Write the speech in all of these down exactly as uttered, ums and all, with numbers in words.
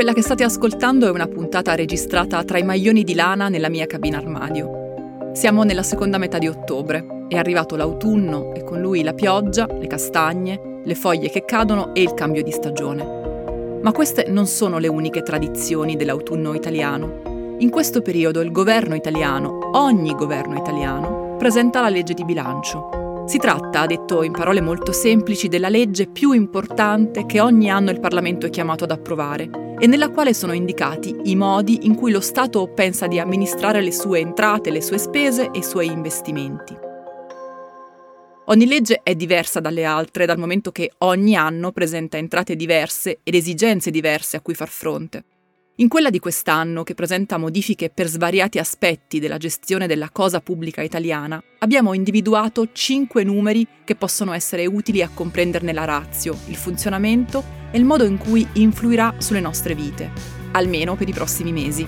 Quella che state ascoltando è una puntata registrata tra i maglioni di lana nella mia cabina armadio. Siamo nella seconda metà di ottobre, è arrivato l'autunno e con lui la pioggia, le castagne, le foglie che cadono e il cambio di stagione. Ma queste non sono le uniche tradizioni dell'autunno italiano. In questo periodo il governo italiano, ogni governo italiano, presenta la legge di bilancio. Si tratta, detto in parole molto semplici, della legge più importante che ogni anno il Parlamento è chiamato ad approvare e nella quale sono indicati i modi in cui lo Stato pensa di amministrare le sue entrate, le sue spese e i suoi investimenti. Ogni legge è diversa dalle altre dal momento che ogni anno presenta entrate diverse ed esigenze diverse a cui far fronte. In quella di quest'anno, che presenta modifiche per svariati aspetti della gestione della cosa pubblica italiana, abbiamo individuato cinque numeri che possono essere utili a comprenderne la ratio, il funzionamento e il modo in cui influirà sulle nostre vite, almeno per i prossimi mesi.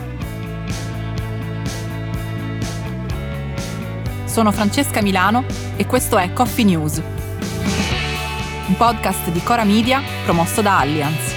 Sono Francesca Milano e questo è Coffee News, un podcast di Cora Media promosso da Allianz.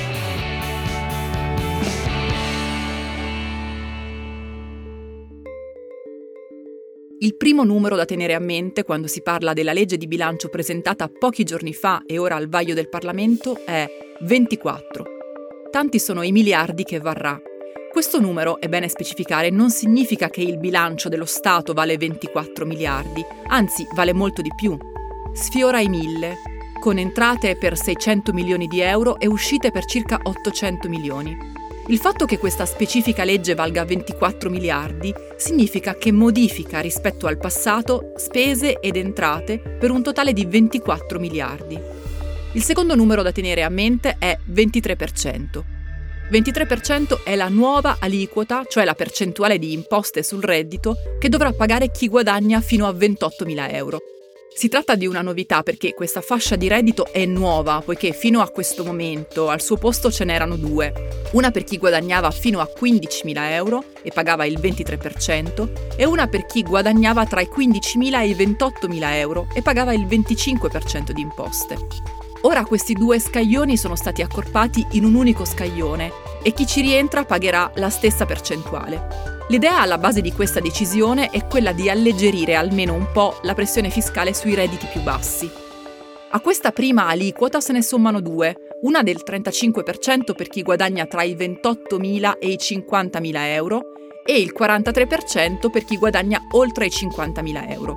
Il primo numero da tenere a mente quando si parla della legge di bilancio presentata pochi giorni fa e ora al vaglio del Parlamento è ventiquattro. Tanti sono i miliardi che varrà. Questo numero, è bene specificare, non significa che il bilancio dello Stato vale ventiquattro miliardi, anzi vale molto di più. Sfiora i mille, con entrate per seicento milioni di euro e uscite per circa ottocento milioni. Il fatto che questa specifica legge valga ventiquattro miliardi significa che modifica rispetto al passato spese ed entrate per un totale di ventiquattro miliardi. Il secondo numero da tenere a mente è ventitré per cento. ventitré per cento è la nuova aliquota, cioè la percentuale di imposte sul reddito che dovrà pagare chi guadagna fino a ventottomila euro. Si tratta di una novità perché questa fascia di reddito è nuova, poiché fino a questo momento al suo posto ce n'erano due. Una per chi guadagnava fino a quindicimila euro e pagava il ventitré per cento e una per chi guadagnava tra i quindicimila e i ventottomila euro e pagava il venticinque per cento di imposte. Ora questi due scaglioni sono stati accorpati in un unico scaglione e chi ci rientra pagherà la stessa percentuale. L'idea alla base di questa decisione è quella di alleggerire almeno un po' la pressione fiscale sui redditi più bassi. A questa prima aliquota se ne sommano due, una del trentacinque per cento per chi guadagna tra i ventottomila e i cinquantamila euro e il quarantatré per cento per chi guadagna oltre i cinquantamila euro.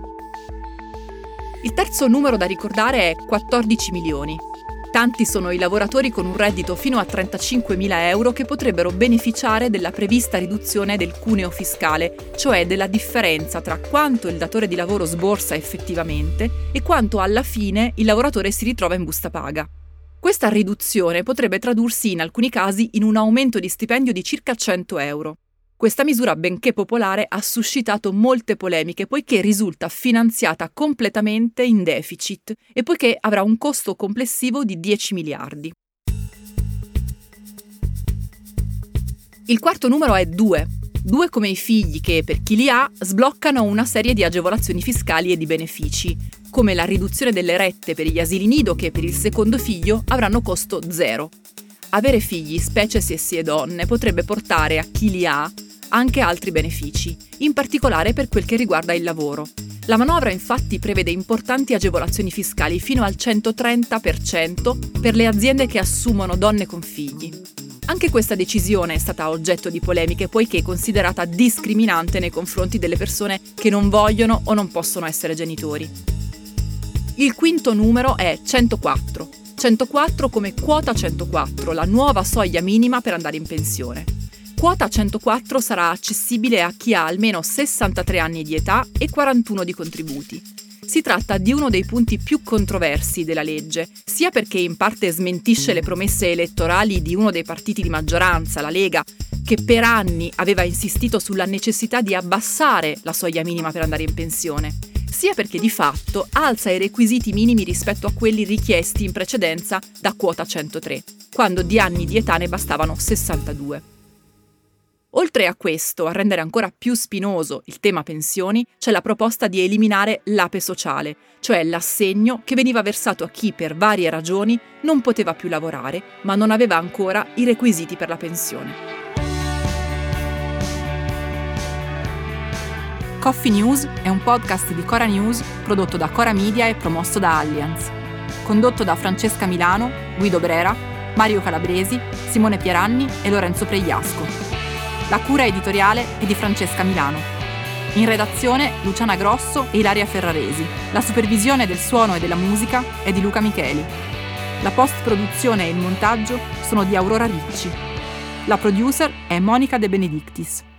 Il terzo numero da ricordare è quattordici milioni. Tanti sono i lavoratori con un reddito fino a trentacinquemila euro che potrebbero beneficiare della prevista riduzione del cuneo fiscale, cioè della differenza tra quanto il datore di lavoro sborsa effettivamente e quanto alla fine il lavoratore si ritrova in busta paga. Questa riduzione potrebbe tradursi in alcuni casi in un aumento di stipendio di circa cento euro. Questa misura, benché popolare, ha suscitato molte polemiche poiché risulta finanziata completamente in deficit e poiché avrà un costo complessivo di dieci miliardi. Il quarto numero è due. Due come i figli che, per chi li ha, sbloccano una serie di agevolazioni fiscali e di benefici, come la riduzione delle rette per gli asili nido che per il secondo figlio avranno costo zero. Avere figli, specie se si è donne, potrebbe portare a chi li ha anche altri benefici, in particolare per quel che riguarda il lavoro. La manovra infatti prevede importanti agevolazioni fiscali fino al centotrenta per cento per le aziende che assumono donne con figli. Anche questa decisione è stata oggetto di polemiche poiché è considerata discriminante nei confronti delle persone che non vogliono o non possono essere genitori. Il quinto numero è centoquattro. centoquattro come quota centoquattro, la nuova soglia minima per andare in pensione. Quota centoquattro sarà accessibile a chi ha almeno sessantatré anni di età e quarantuno di contributi. Si tratta di uno dei punti più controversi della legge, sia perché in parte smentisce le promesse elettorali di uno dei partiti di maggioranza, la Lega, che per anni aveva insistito sulla necessità di abbassare la soglia minima per andare in pensione, sia perché di fatto alza i requisiti minimi rispetto a quelli richiesti in precedenza da quota centotré, quando di anni di età ne bastavano sessantadue. Oltre a questo, a rendere ancora più spinoso il tema pensioni, c'è la proposta di eliminare l'Ape sociale, cioè l'assegno che veniva versato a chi per varie ragioni non poteva più lavorare, ma non aveva ancora i requisiti per la pensione. Coffee News è un podcast di Cora News prodotto da Cora Media e promosso da Allianz. Condotto da Francesca Milano, Guido Brera, Mario Calabresi, Simone Pieranni e Lorenzo Pregliasco. La cura editoriale è di Francesca Milano. In redazione Luciana Grosso e Ilaria Ferraresi. La supervisione del suono e della musica è di Luca Micheli. La post-produzione e il montaggio sono di Aurora Ricci. La producer è Monica De Benedictis.